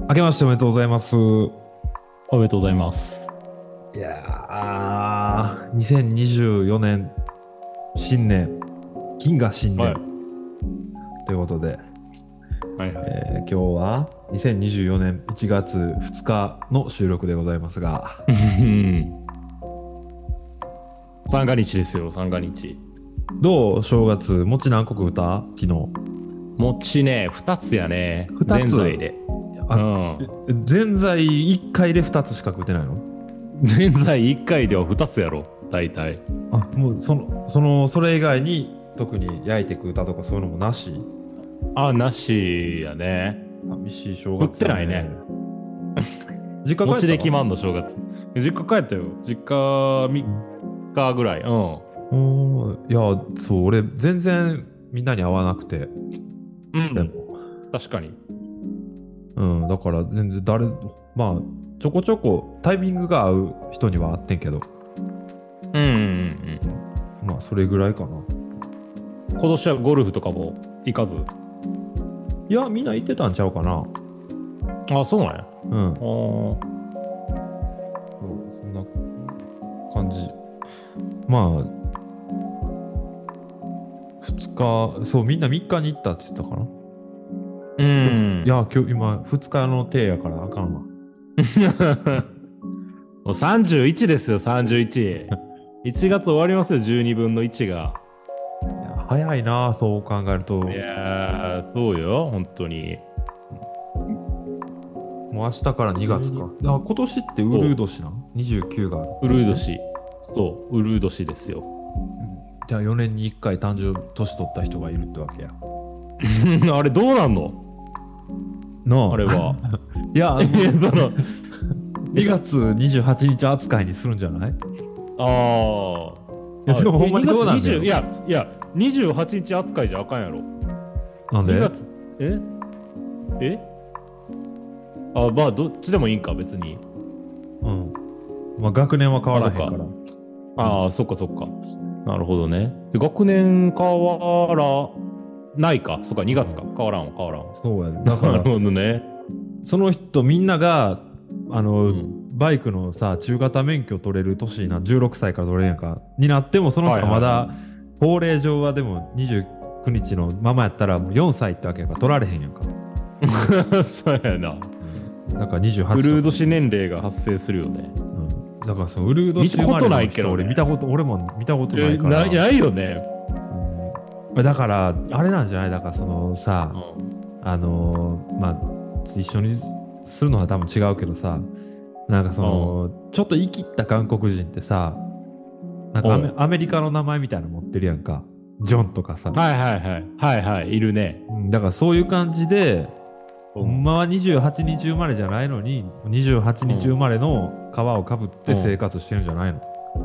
明けましておめでとうございます。 おめでとうございます。 いやー、2024年、新年、金が新年、 はい。 ということで、 はいはい。 今日は2024年1月2日の収録でございますが、 三が日ですよ、三が日。 どう正月、餅何個食うた昨日。 餅ね、2つやね。 二つぜんざいで。うあ、 ん。 ぜんざい1回で2つしか食ってないの？ ぜんざい1回では2つやろ、大体。 あ、もうそれ以外に特に焼いて食うたとかそういうのもなし？ あ、なしやね。 寂しい正食っ月てないね。 実家帰った？ 餅で決まんの、正月。実家帰ったよ。実家3日ぐらい。うん。 いや、そう、俺、全然みんなに会わなくて、でも、 確かに。 だから全然まあ、ちょこちょこタイミングが合う人には会ってんけど、まあ、それぐらいかな。 今年はゴルフとかも行かず。 いや、みんな行ってたんちゃうかな。 あ、そうなんや。 そうそんな感じ。まあ、2日、そう、みんな3日に行ったって言ってたかな。いや、今日、今、2日の手やからあかんわ。 もう31ですよ、31。1月終わりますよ、12分の1が。 いや早いな、そう考えると。 いやー、そうよ、本当に。 もう明日から2月か。今年ってウルー年な ?29 がある。 ウルー年。そう、ウルー年ですよ。 じゃあ4年に1回誕生年取った人がいるってわけや。 あれどうなんのなあ。 あれは。 いや、 その 2月28日扱いにするんじゃない？いあや、でもほんまにどうなんだよ。 いや、28日扱いじゃあかんやろ。 なんで？ 2月、えあ、まあ、どっちでもいいんか、別に。 まあ学年は変わらへんから。 ああ、そっかそっか。なるほどね。で学年変わらないか。そっか、2月か。変わらんわ、変わらんわ。 そうやで。だから、 なるほどね。 その人みんなが、バイクのさ、中型免許取れる年に16歳から取れるやんか。になっても、その人はまだ、法令上はでも29日のままやったらもう4歳ってわけやから取られへんやんか。 そうやな。 だから28 ウとルード氏年齢が発生するよね。 だからそのウルード見たことないけど、ね、 俺も見たことないから。 ないよね。 だから、あれなんじゃない？だからそのさ、まあ、一緒にするのは多分違うけどさ、なんかその、ちょっと生きった韓国人ってさ、なんかアメリカの名前みたいなの持ってるやんか。ジョンとかさ。 はい、いるね。 だからそういう感じで、ほんまは28日生まれじゃないのに、28日生まれの皮をかぶって生活してるんじゃないの？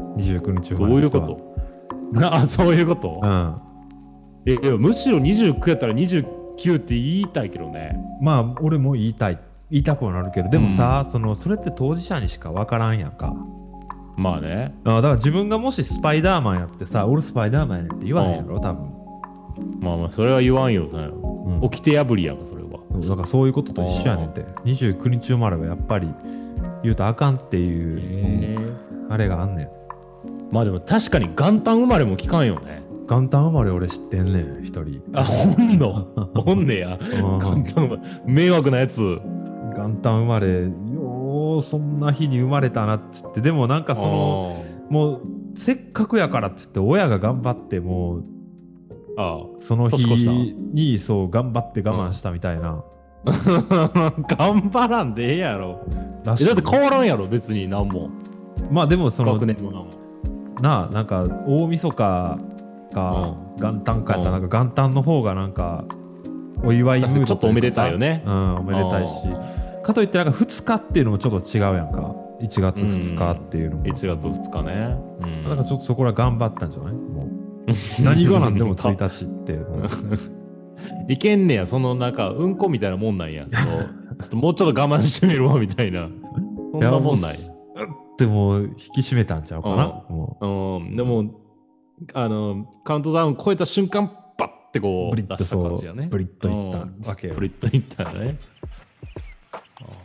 29 日生まれの人は。 どういうことあ、そういうことむしろ29やったら29って言いたいけどね。 まあ、俺も言いたくはなるけど、でもさ、それって当事者にしか分からんやんか。 まあね。 だから自分がもしスパイダーマンやってさ、俺スパイダーマンやねんって言わへんやろ、多分。 まあ、それは言わんよ、起きて破りやんか、それは。 だからそういうことと一緒やねんって。29日生まれはやっぱり言うとあかんっていう、あれがあんねん。 まあでも確かに元旦生まれも聞かんよね。 元旦生まれ俺知ってんねん、一人。 あ、おんねや。元旦生まれ。迷惑なやつ。 元旦生まれ、ようそんな日に生まれたなっつって、でもなんかもうせっかくやからっつって親が頑張ってもう、その日にそう頑張って我慢したみたいな。 頑張らんでええやろ。だって変わらんやろ、別に何も。 まあでも学年も何も。 なんか大晦日か元旦かやったらなんか元旦の方がなんかお祝いムードちょっとおめでたいよね。 おめでたいし、かといってなんか2日っていうのもちょっと違うやんか。1月2日っていうのも。 1月2日ね。 なんかちょっとそこら頑張ったんじゃない？もう何がなんでも1日って。 いけんねや、なんかうんこみたいなもんなんや。ちょっともうちょっと我慢してみるわみたいな。そんなもんない。 でも引き締めたんちゃうかな。 でもカウントダウン超えた瞬間バッてこう出した感じやね。 ブリッといったわけよ。 ブリッといったよね。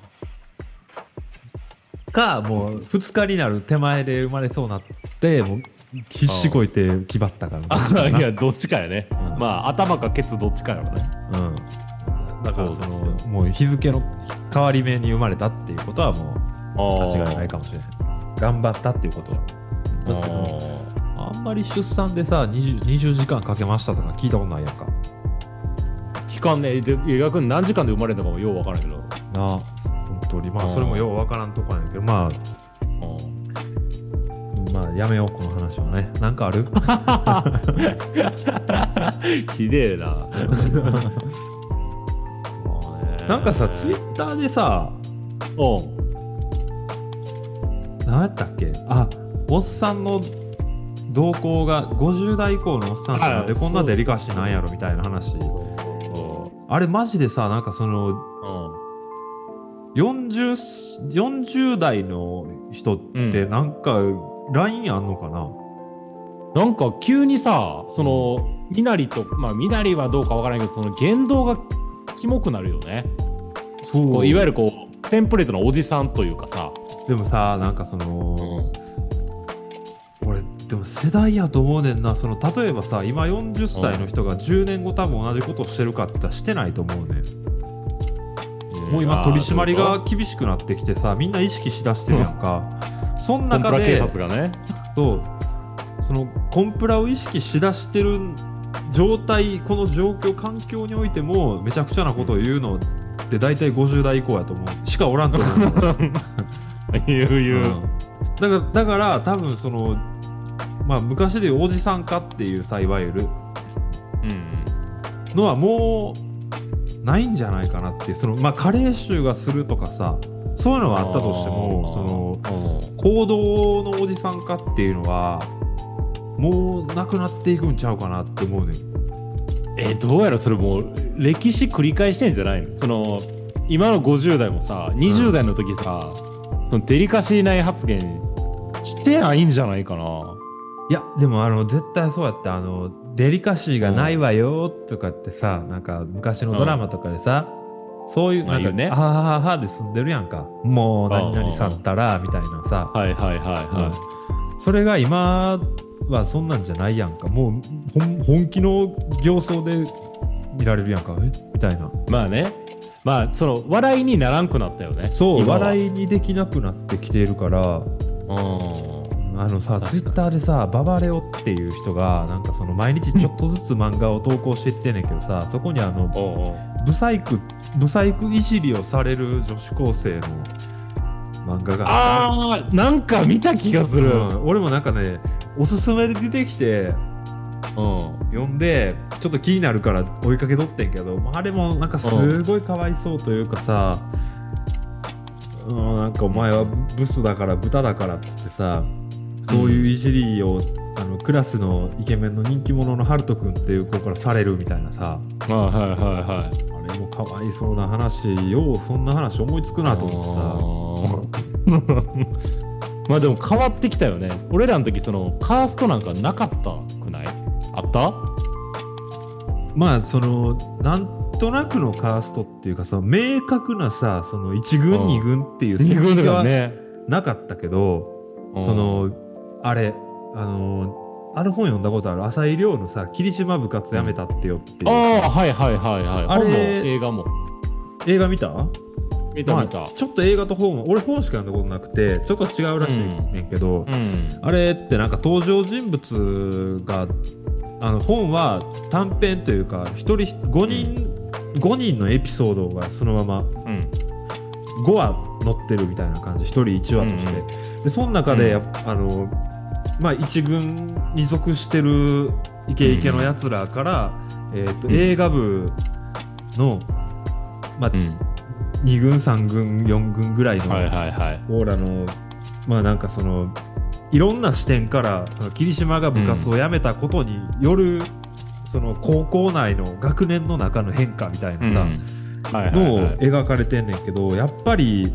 かもう2日になる手前で生まれそうになってもう必死こいて気張ったからいやどっちかやね、まあ頭かケツどっちかやろね。 だからそのもう日付の変わり目に生まれたっていうことはもう間違いないかもしれない。頑張ったっていうことは。だってそのあんまり出産でさ 20時間かけましたとか聞いたことないやんか。 期間ね、で逆に何時間で生まれたかもよう分からんけどなあ、本当にまあそれもよう分からんとこやねんけど、まあやめようこの話はね。なんかある？ ひでえな。 なんかさツイッターでさ、何やったっけ、おっさんの動向が50代以降のおっさんってなんでこんなデリカシーなんやろみたいな話。あれマジでさ、なんかその、40代の人ってなんか LINE あんのかな、 なんか急にさ、その身なりと、まあ身なりはどうかわからないけど、その言動がキモくなるよね。そういわゆるこうテンプレートのおじさんというかさ。 でもさ、なんかその、俺でも世代やと思うねんな。その例えばさ、今40歳の人が10年後多分同じことをしてるかって言ったらしてないと思うね。もう今取り締まりが厳しくなってきてさ、みんな意識しだしてるやんか。そん中でコンプラ警察がね、 そのコンプラを意識しだしてる状態、この状況環境においてもめちゃくちゃなことを言うのって大体50代以降やと思うしかおらんと思う。 言う、 だから多分そのまあ昔でいうおじさん化っていうさ、いわゆるのはもうないんじゃないかなっていう。そのまあ加齢臭がするとかさ、そういうのはあったとしても、その行動のおじさん化っていうのはもうなくなっていくんちゃうかなって思うね。 どうやらそれもう歴史繰り返してんじゃないの？その今の50代もさ、20代の時さ、そのデリカシーない発言してないんじゃないかな。 いやでも絶対そうやって、デリカシーがないわよとかってさ、なんか昔のドラマとかでさ、そういうなんかね、 あははで済んでるやんか。もう何々さんったらみたいなさ、それが今はそんなんじゃないやんか。もう本気の形相で見られるやんか。みたいな。 まあね、まあその笑いにならんくなったよね。 そう、笑いにできなくなってきているから。さ、ツイッターでさ、ババレオっていう人がなんかその毎日ちょっとずつ漫画を投稿していってんねんけどさ、そこにブサイクいじりをされる女子高生の漫画がなんか見た気がする、 俺もなんかね、おすすめで出てきて、読んでちょっと気になるから追いかけとってんけど、あれもなんかすごいかわいそうというかさ、なんかお前はブスだから豚だからっつってさ、そういういじりをクラスのイケメンの人気者のハルト君っていう子からされるみたいなさ、あれもかわいそうな話よ。そんな話思いつくなと思ってさ。 まあでも変わってきたよね。俺らの時そのカーストなんかなかったくない？あった？ まあそのなんとなくのカーストっていうかさ、明確なさ、その1軍2軍っていう線引きはなかったけど、そのあれある本読んだことある。浅井亮のさ、霧島部活やめたってよっていう。 あれ映画見た、 ちょっと映画と本は俺本しか読んだことなくてちょっと違うらしいねんけど、あれってなんか登場人物が本は短編というか1人5人のエピソードがそのまま5話載ってるみたいな感じ、1人1話として、でその中でまあ一軍に属してるイケイケのやつらから、映画部のまあ2軍3軍4軍ぐらいのオーラのまあなんかそのいろんな視点からその霧島が部活を辞めたことによるその高校内の学年の中の変化みたいなさのを描かれてんねんけど、やっぱり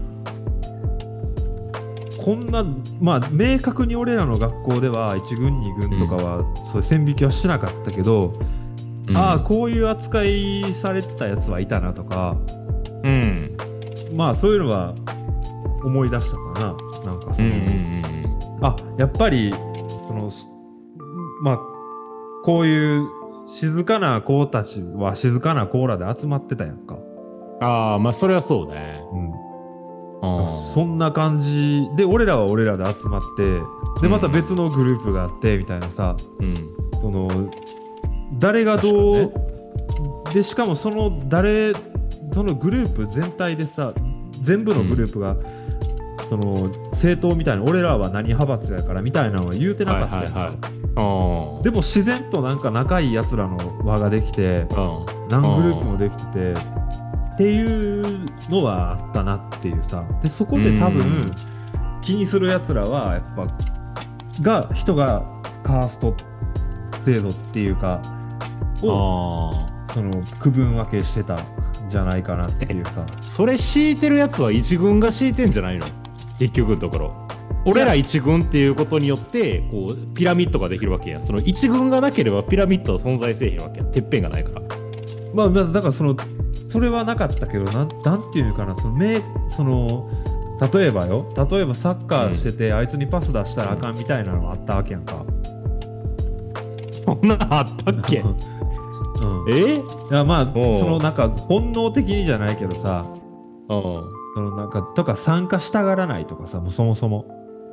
こんなまあ明確に俺らの学校では1軍2軍とかはそういう線引きはしなかったけど、ああこういう扱いされたやつはいたなとか、まあそういうのは思い出したかな。 なんかその、あ、やっぱりそのまあこういう静かな子たちは静かな子らで集まってたやんか。 ああ、まあそれはそうね。 そんな感じで俺らは俺らで集まってでまた別のグループがあってみたいなさ、その誰がどう、でしかもそのグループ全体でさ全部のグループが、その政党みたいな俺らは何派閥やからみたいなのは言うてなかったやんか。でも自然となんか仲いいやつらの輪ができて、何グループもできててっていうのはあったなっていうさ。でそこで多分気にするやつらはやっぱ人がカースト制度っていうかをその区分分けしてたんじゃないかなっていうさ。 それ敷いてるやつは一軍が敷いてんじゃないの結局のところ。俺ら一軍っていうことによってこうピラミッドができるわけやん。その一軍がなければピラミッドは存在せえへんわけやん。てっぺんがないから。 まあだからそれはなかったけどなんていうかなその例えばサッカーしてて、あいつにパス出したらあかんみたいなのがあったわけやんか。 そんなのあったっけ？ いやまあそのなんか本能的にじゃないけどさ、そのなんかとか参加したがらないとかさ、もうそもそも。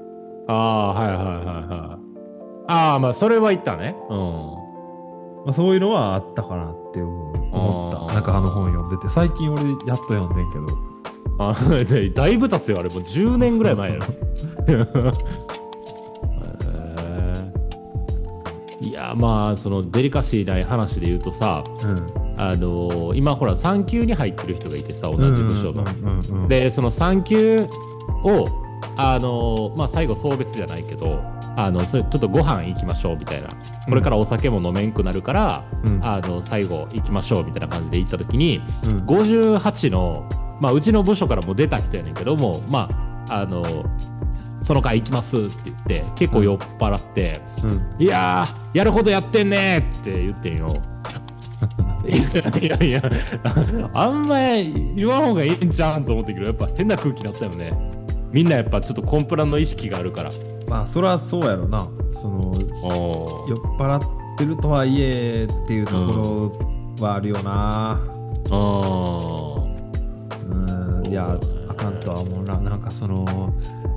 ああまあそれは言ったね。 まあ、そういうのはあったかなって思った。なんか本読んでて最近俺やっと読んでんけど。 だいぶ経つよあれもう10年ぐらい前やろ。いやまあそのデリカシーない話で言うとさ、今ほら3級に入ってる人がいてさ同じ部署の。でその3級をまあ最後送別じゃないけどそれちょっとご飯行きましょうみたいな、これからお酒も飲めんくなるから、最後行きましょうみたいな感じで行った時に、58のまあうちの部署からも出た人やねんけども、まあその会行きますって言って結構酔っ払って、いやーやることやってんねーって言ってんよ。いやあんま言わん方がいいんちゃうんと思ってけど、やっぱ変な空気になったよね。みんなやっぱちょっとコンプラの意識があるから。まあそりゃそうやろな。その酔っ払ってるとはいえっていうところはあるよな。いやあかんとは思うな。なんかその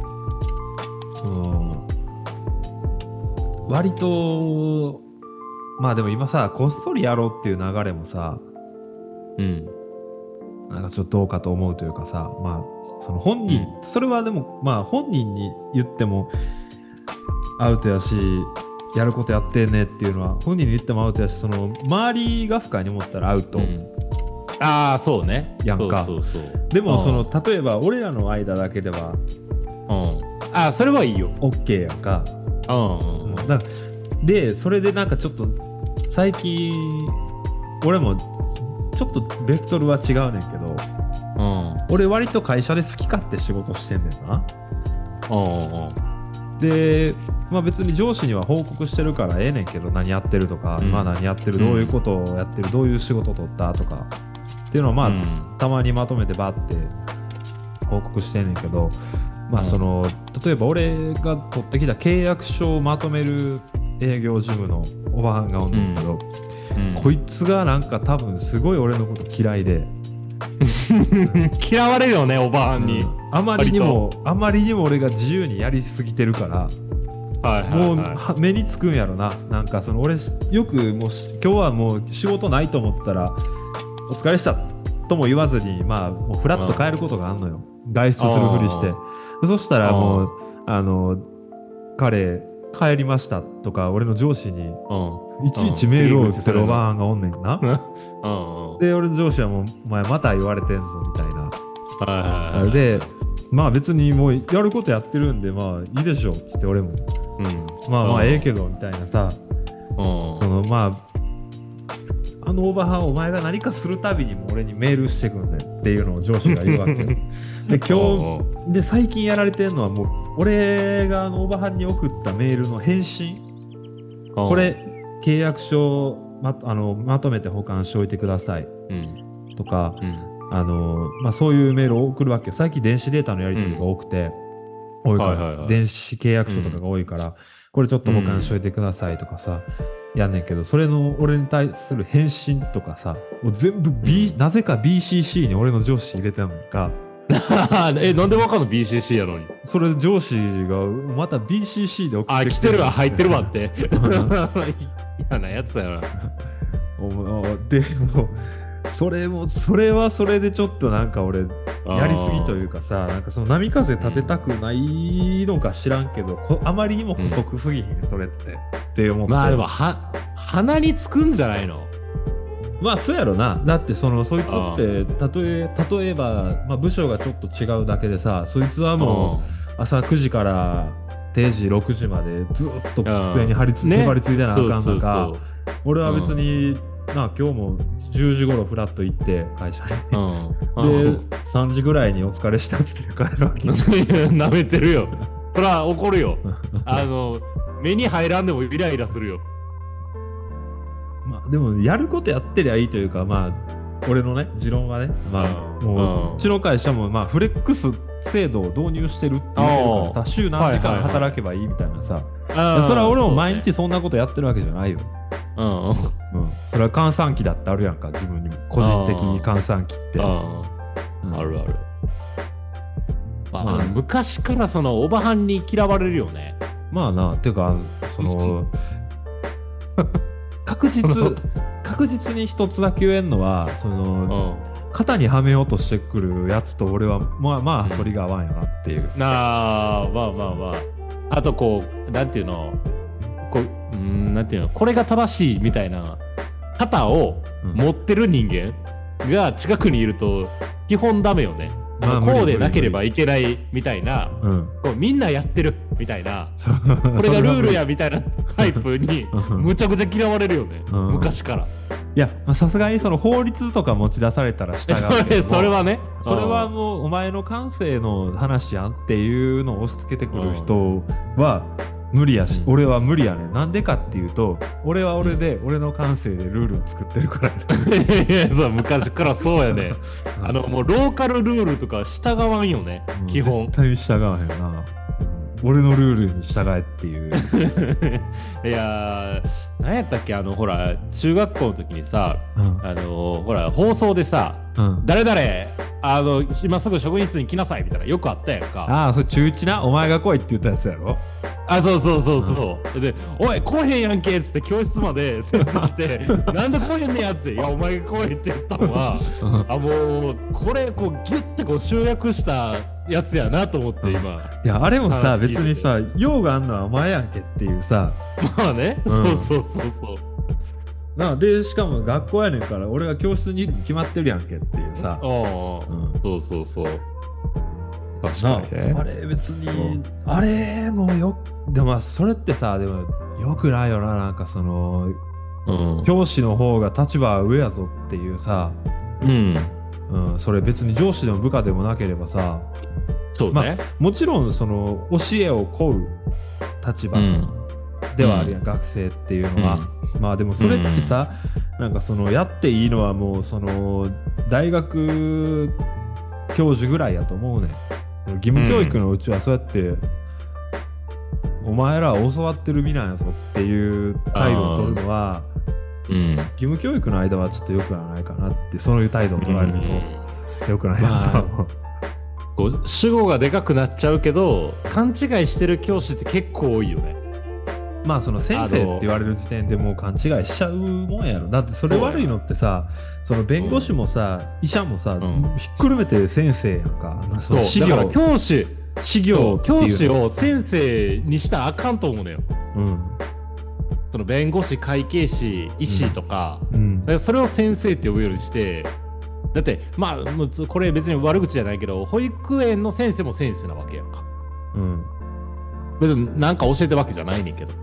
割とまあでも今さこっそりやろうっていう流れもさ、なんかちょっとどうかと思うというかさ、まあその本人、それはでもまあ本人に言ってもアウトやし、やることやってねっていうのは本人に言ってもアウトやし、その周りが不快に思ったらアウト、 ああそうねやんか。でもその例えば俺らの間だけでは、 ああそれはいいよ OK やんか。でそれでなんかちょっと最近俺もちょっとベクトルは違うねんけど、俺割と会社で好き勝手仕事してんねんな。でまあ別に上司には報告してるからええねんけど、何やってるとか、今何やってる、どういうことをやってる、どういう仕事取ったとかっていうのはまあ、たまにまとめてバッて報告してんねんけど、まあその例えば俺が取ってきた契約書をまとめる営業事務のおばはんがおんねんけど、こいつがなんか多分すごい俺のこと嫌いで嫌われるよねおばはんに、 あまりにも俺が自由にやりすぎてるから、もう目につくんやろな。なんかその俺よくもう今日はもう仕事ないと思ったらお疲れしたとも言わずに、まあもうフラッと帰ることがあんのよ、外出するふりして。そしたらもう彼帰りましたとか俺の上司にいちいちメールを打ってるおばあんがおんねんな。で俺の上司はもうお前また言われてんぞみたいな。でまあ別にもうやることやってるんでまあいいでしょっつって俺も、まあええけどみたいなさ、そのまあおばはんお前が何かするたびにも俺にメールしてくんだよっていうのを上司が言うわけで今日で最近やられてるのはもう俺がおばはんに送ったメールの返信、これ契約書をまとめて保管しておいてください、とか、まあ、そういうメールを送るわけよ。最近電子データのやり取りが多くて、 多いから、 はいはいはい電子契約書とかが多いから、これちょっと保管しといてくださいとかさ、やんねんけど、それの俺に対する返信とかさ、もう全部、なぜか BCC に俺の上司入れてんのか、 なんでわかんの BCC やのに。 それで上司がまた BCC で送って来てるわ、入ってるわっ。 きて。嫌なやつやな。 でも、それはそれでちょっとなんか俺、やりすぎというかさ、なんかその波風立てたくないのか知らんけど、あまりにも姑息すぎひん、それって思って。 まあでも鼻につくんじゃないの。 まあそうやろな。だってそいつって例えば、まあ、部署がちょっと違うだけでさ、そいつはもう朝9時から定時6時までずっと机にへばりついてなあかんのか、俺は別に今日も10時頃フラッと行って会社に、で3時ぐらいにお疲れしたっつって帰るわけ。 なめてるよ。そりゃ怒るよ。目に入らんでもイライラするよ。 まあでもやることやってりゃいいというか、まあ俺のね持論はね、まあもううちの会社もまあフレックス制度を導入してるって言ってるからさ、週何時間働けばいいみたいなさ、それは俺も毎日そんなことやってるわけじゃないよ。それは換算期だってあるやんか、自分にも個人的に換算期って。 あるある。まあ昔からそのオバハンに嫌われるよね。 まあな、ていうかその確実に一つだけ言えんのは、その、肩にはめようとしてくるやつと俺はまあ反りが合わんよなっていう。 まああとこうなんていうのこれが正しいみたいな肩を持ってる人間が近くにいると基本ダメよね。こうでなければいけないみたいな、こうみんなやってるみたいな、これがルールやみたいなタイプにむちゃくちゃ嫌われるよね、昔から。 いや、さすがにその法律とか持ち出されたら従うけどそれはね、 それはもうお前の感性の話やんっていうのを押し付けてくる人は無理やし、俺は無理やねん。なんでかっていうと、俺は俺で、俺の感性でルールを作ってるからね。そう、昔からそうやね。もうローカルルールとか従わんよね、基本。 絶対従わへんな。俺のルールに従えっていう。 いやー、何やったっけ、ほら、中学校の時にさ、ほら、放送でさ、誰々、今すぐ職員室に来なさいみたいな、よくあったやんか。 それ中1な、お前が来いって言ったやつやろ。 そう。で、おい、来へんやんけっつって教室まで先生来て、なんで来へんねんやって、いや、お前が来いって言ったのは、もう、これ、こう、ギュッてこう集約したやつやなと思って、今。 いや、あれもさ、別にさ、用があんのはお前やんけっていうさ。 まあね、そう。 で、しかも学校やねんから、俺が教室に決まってるやんけっていうさ。 そう。確かにね。 あれ別に、あれもでもそれってさ、でもよくないよな、なんかその、教師の方が立場は上やぞっていうさ、それ別に上司でも部下でもなければさ、 そうね。 もちろんその教えを請う立場ではあるやん、学生っていうのは。まあでもそれってさ、なんかそのやっていいのはもうその大学教授ぐらいやと思うねん。義務教育のうちはそうやって、お前らは教わってる身なんやぞっていう態度を取るのは、義務教育の間はちょっと良くはないかなって、そういう態度を取られると良くないなと思う。 こう主語がでかくなっちゃうけど、勘違いしてる教師って結構多いよね。 まあその先生って言われる時点でもう勘違いしちゃうもんやろ。だってそれ悪いのってさ、その弁護士もさ、医者もさ、ひっくるめて先生やんか。 そう、だから教師を先生にしたらあかんと思うのよ。その弁護士、会計士、医師とか、だからそれを先生って呼ぶようにして、だってまあこれ別に悪口じゃないけど、保育園の先生も先生なわけやんか。別に何か教えてるわけじゃないねんけど。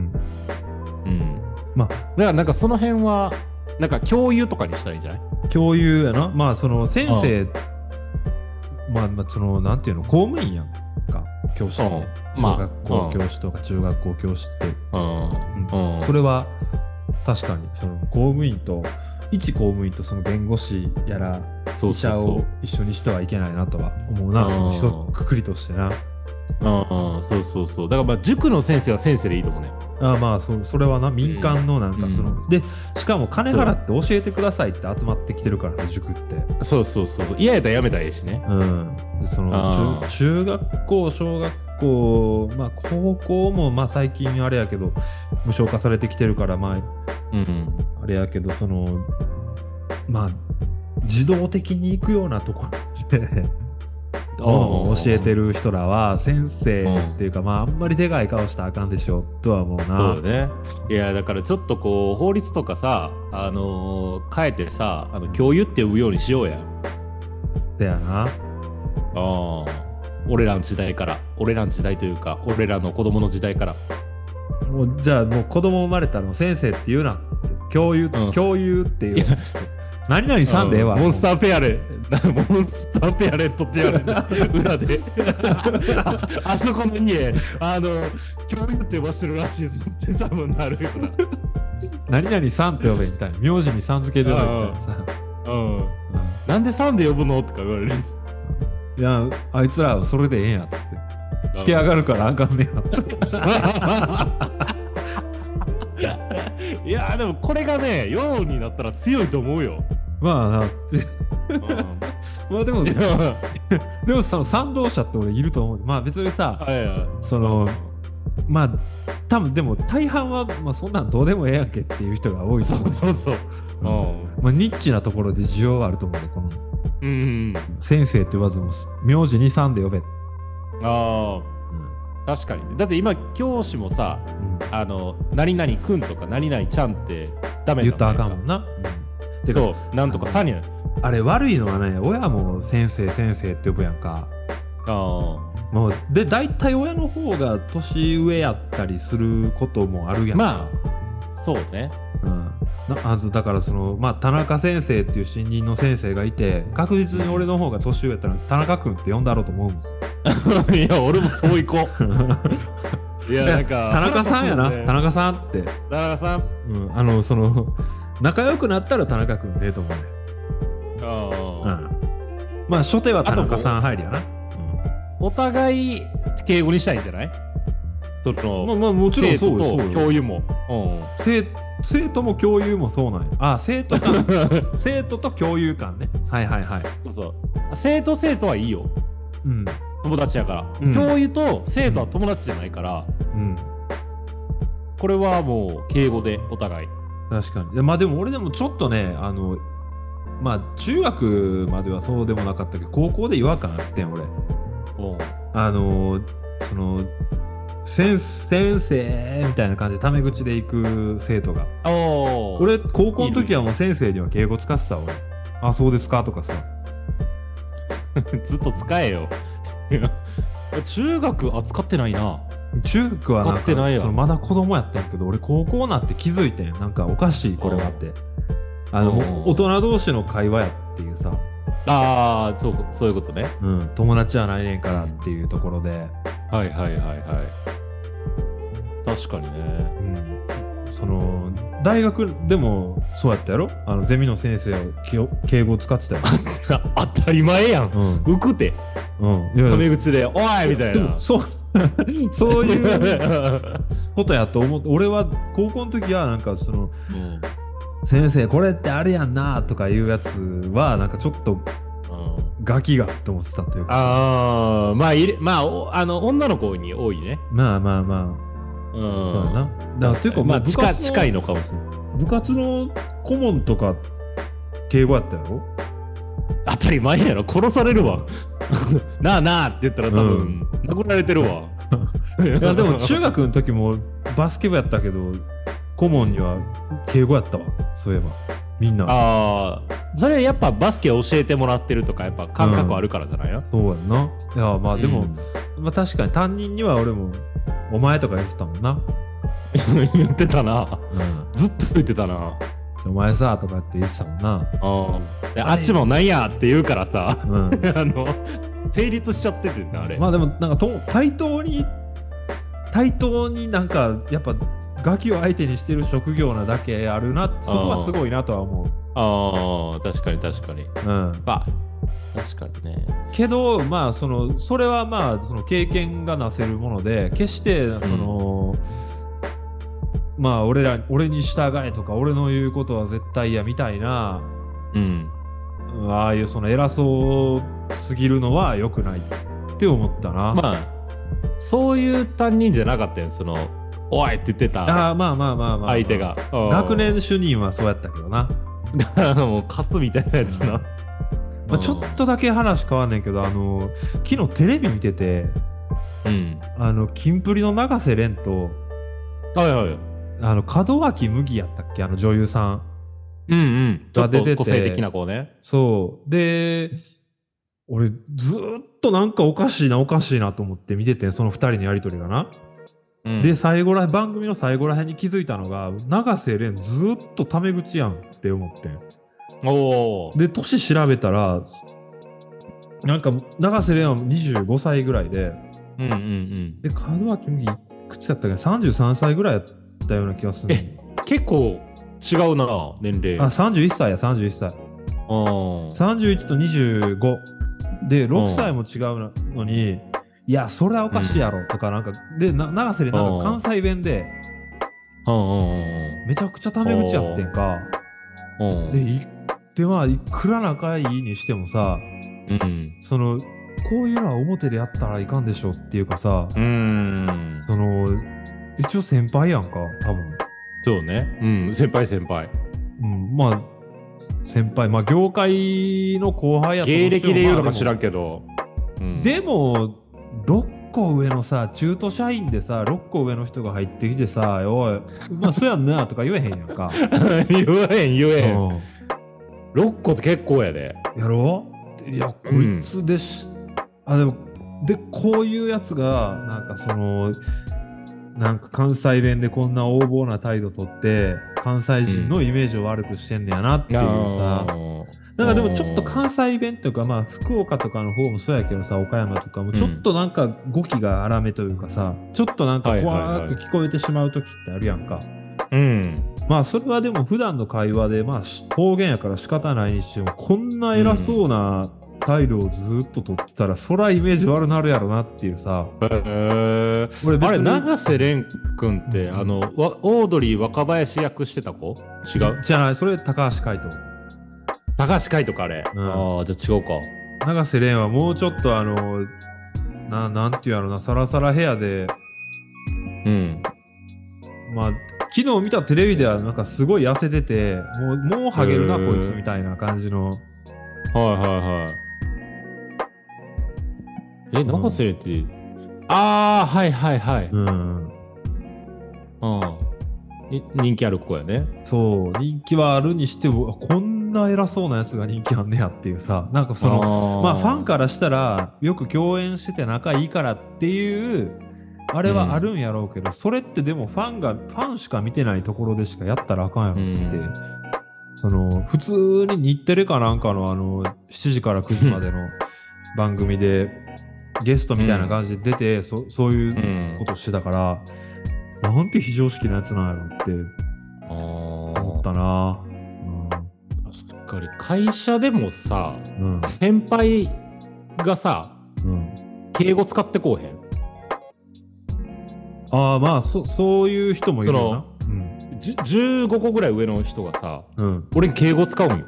まあだからなんかその辺はなんか教諭とかにしたらいいんじゃない？ 教諭やな。まあその先生、まあそのなんていうの、公務員やんか、教師って。小学校教師とか中学校教師って。それは確かにその公務員と一公務員とその弁護士やら医者を一緒にしてはいけないなとは思うな。その一括りとしてな。 そうそうそう。だからまあ塾の先生は先生でいいと思うね。 あまあそれはな、民間のなんかその、で、しかも金払って教えてくださいって集まってきてるからね、塾って。 そうそうそう。嫌やったらやめたらいいしね。 でその中学校、小学校、まあ高校もまあ最近あれやけど、無償化されてきてるから、まあ、あれやけど、その、まあ、自動的に行くようなところで教えてる人らは先生っていうか、まああんまりでかい顔したらあかんでしょとは思うな。 そうだね。いやだからちょっとこう法律とかさ、変えてさ、教諭って呼ぶようにしようや。 だよな。 俺らの時代というか、俺らの子供の時代から。 もうじゃあもう子供生まれたら先生って言うなって、教諭っていう。何々さんでええわ。 モンスターペアレットってやる裏であそこの家教諭って呼ばしてるらしいぞって多分なるよな。 何々さんって呼べみたいな、名字にさん付けで呼べみたいなさ。 なんでさんで呼ぶのとか言われる。 いや、あいつらはそれでええんやっつって、つけ上がるからあかんねやっつっていやでもこれがね世論になったら強いと思うよ。 まあまあでもその賛同者って俺いると思う。まあ別にさ、そのまあ多分でも大半はまあそんなんどうでもええやんけっていう人が多いと思う。 そうまあニッチなところで需要はあると思うね、この先生って言わずも名字にさんで呼べ。 確かにね。だって今教師もさ、何々くんとか何々ちゃんってダメだ、 言ったらあかんもんな。 けどなんとかさにあれ悪いのはね、親も先生って呼ぶやんか。もうで大体親の方が年上やったりすることもあるやんか。 まあそうね。 だからそのまあ田中先生っていう新任の先生がいて、確実に俺の方が年上やったら田中君って呼んだろうと思うもん。 いや俺もそういこう。いやなんか田中さんやな、田中さんって。 田中さん。 その仲良くなったら田中君でええと思うね。まあ初手は田中さん入りやな。 お互い敬語にしたいんじゃない？そのまあもちろんそうよ。 教諭も。 生徒も教諭もそうなんや。生徒と教諭間ね。はい。 そう生徒はいいよ。友達やから。教諭と生徒は友達じゃないから。これはもう敬語でお互い。 確かに。まあでも俺でもちょっとね、まあ中学まではそうでもなかったけど、高校で違和感あってん俺。その先生みたいな感じでタメ口で行く生徒が。俺高校の時はもう先生には敬語使ってた俺。あ、そうですかとかさ。 ずっと使えよ。中学使ってないな。 中学はなんかそのまだ子供やったんやけど、俺高校になって気づいてん。なんかおかしいこれはって。大人同士の会話やっていうさ。 そういうことね。 友達はないねんからっていうところで。 はい確かにね。 その大学でもそうやったやろ。ゼミの先生を敬語使ってたよ。 当たり前やん。浮くて。タメ口で「おい!」みたいな。 そういうことやと思って、俺は高校の時はなんかその、先生これってあれやんなとかいうやつはなんかちょっとガキがって思ってたというか。 女の子に多いね。 まあそうやな。だからというかまあ近いのかもしれない。 部活の顧問とか敬語やったやろ。 当たり前やろ。殺されるわ。なあって言ったら多分殴られてるわ。 いやでも中学の時もバスケ部やったけど顧問には敬語やったわ。そういえばみんな。 それやっぱバスケ教えてもらってるとかやっぱ感覚あるからじゃないの？ そうやんな。いやまあでも、まあ確かに担任には俺もお前とか言ってたもんな。 言ってたな。ずっと言ってたな。 お前さとかって言ってたもんな。 あっちもなんやって言うからさ、成立しちゃっててんなあれ。 まあでもなんか対等になんかやっぱガキを相手にしてる職業なだけあるな。そこはすごいなとは思う。 確かに。まあ確かにね。 けどまあそれはまあその経験がなせるもので、決してその、まあ俺に従えとか俺の言うことは絶対やみたいな、ああいうその偉そうすぎるのは良くないって思ったな。 まあそういう担任じゃなかったよ、そのおいって言ってたまあ相手が。 学年主任はそうやったけどな。 もうカスみたいなやつな。 まあ、ちょっとだけ話変わんねんけど、昨日テレビ見てて、キンプリの永瀬廉と、門脇麦やったっけ、女優さんが出てて、 ちょっと個性的な子ね。 そうで、俺ずーっとなんかおかしいなと思って見てて、その2人のやりとりがな。で番組の最後らへんに気づいたのが、永瀬廉ずーっとタメ口やんって思ってん。で年調べたらなんか永瀬廉は25歳ぐらいで、で門脇麦いくつやったっけ、33歳ぐらいやったような気がする。 結構違うな年齢。 31歳や31歳。31と25で6歳も違うのに、いやそれはおかしいやろとかなんかで、永瀬廉なんか関西弁でめちゃくちゃタメ口やってんか。でまあいくら仲いいにしてもさ、そのこういうのは表でやったらいかんでしょっていうかさ、その一応先輩やんか多分。 そうね。先輩。 まあ先輩、まあ業界の後輩やとしても、 芸歴で言うのか知らんけど、 でも6個上のさ中途社員でさ6個上の人が入ってきてさ、おいまあそうやんなとか言えへんやんか。 言えへん。6個って結構やで。 やろ？いやこいつででこういうやつがなんかなんか関西弁でこんな横暴な態度とって関西人のイメージを悪くしてんねやなっていうさ、なんかでもちょっと関西弁というか、まあ福岡とかの方もそうやけどさ、岡山とかもちょっとなんか語気が荒めというかさ、ちょっとなんか怖く聞こえてしまう時ってあるやんか。まあそれはでも普段の会話でまあ方言やから仕方ないにしても、こんな偉そうな態度をずっと取ってたら、そらイメージ悪なるやろなっていうさ。 あれ永瀬廉君ってオードリー若林役してた子？違う？ じゃない、それ高橋海人。 高橋海人かあれ。じゃあ違うか。 永瀬廉はもうちょっとなんていうやろな、サラサラヘアで、まあ昨日見たテレビではなんかすごい痩せてて、もうハゲるなこいつみたいな感じの。 永瀬廉って、人気ある子やね。 そう、人気はあるにしても、こんな偉そうなやつが人気あんねやっていうさ、なんかまあファンからしたらよく共演してて仲いいからっていうあれはあるんやろうけど、それってでもファンしか見てないところでしかやったらあかんやろって、普通に日テレかなんかの7時から9時までの番組でゲストみたいな感じで出て、そういうことしてたから、なんて非常識なやつなんやろって思ったな。 確かに会社でもさ、先輩がさ、敬語使ってこうへん？ まあそういう人もいるな。 15個ぐらい上の人がさ、俺に敬語使うんよ。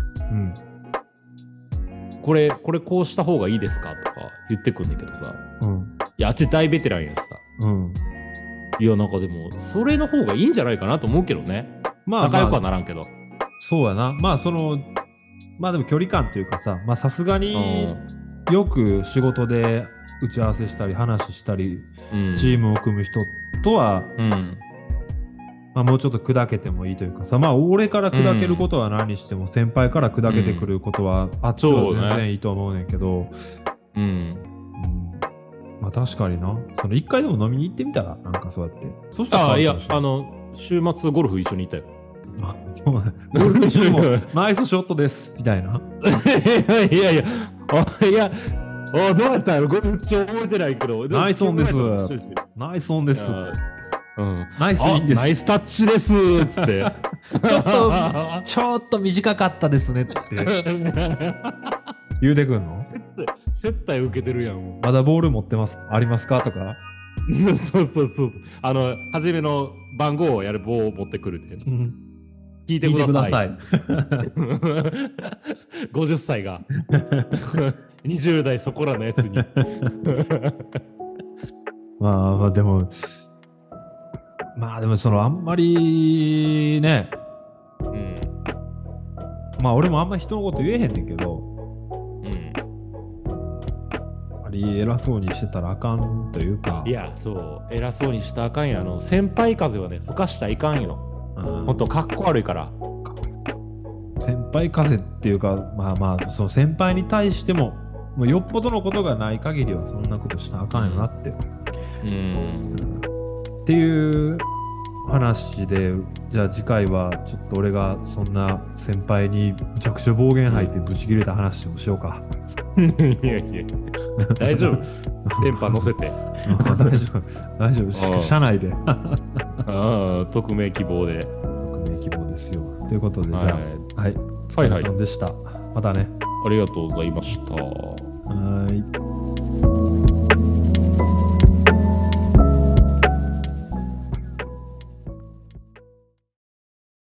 これこうした方がいいですかとか言ってくんだけどさ、いやあっち大ベテランやしさ、いやなんかでもそれの方がいいんじゃないかなと思うけどね。まあ仲良くはならんけど。 そうやな。まあまあでも距離感というかさ、まあさすがによく仕事で打ち合わせしたり話したり、チームを組む人とは、まあ、もうちょっと砕けてもいいというかさ、まあ俺から砕けることは何しても、先輩から砕けてくることはあっちは全然いいと思うねんけど、まあ確かにな。一回でも飲みに行ってみたら、なんかそうやって。そしたらいや週末ゴルフ一緒に行ったよ。 ゴルフ一緒にもナイスショットですみたいな。 いやどうやったらゴルフ中覚えてないけど、 ナイスオンです。ナイスオンです。ナイスインです。 ナイスタッチですっつってちょっと短かったですねって言うてくんの？ 接待受けてるやん。もまだボール持ってますありますかとか。 うそうそうそう。初めの番号をやる棒を持ってくるで。聞いてください。50歳が20代そこらのやつに。 まあでもそのあんまりね、 うん。 まあ俺もあんま人のこと言えへんねんけど、 うん。 あまり偉そうにしてたらあかんというか。 いや、そう、偉そうにしたらあかんや。先輩風はね、吹かしたらいかんよ。ほんと、かっこ悪いから。 先輩風っていうか、その先輩に対しても、もうよっぽどのことがない限りはそんなことしたらあかんよなって。っていう話で、じゃあ次回はちょっと俺がそんな先輩にむちゃくちゃ暴言吐いてブチ切れた話をしようか。 いやいや、大丈夫。電波乗せて。 大丈夫。社内で。 匿名希望で。 匿名希望ですよ。ということで、じゃあ、はい。 はいはい。 さんでした。またね。 ありがとうございました。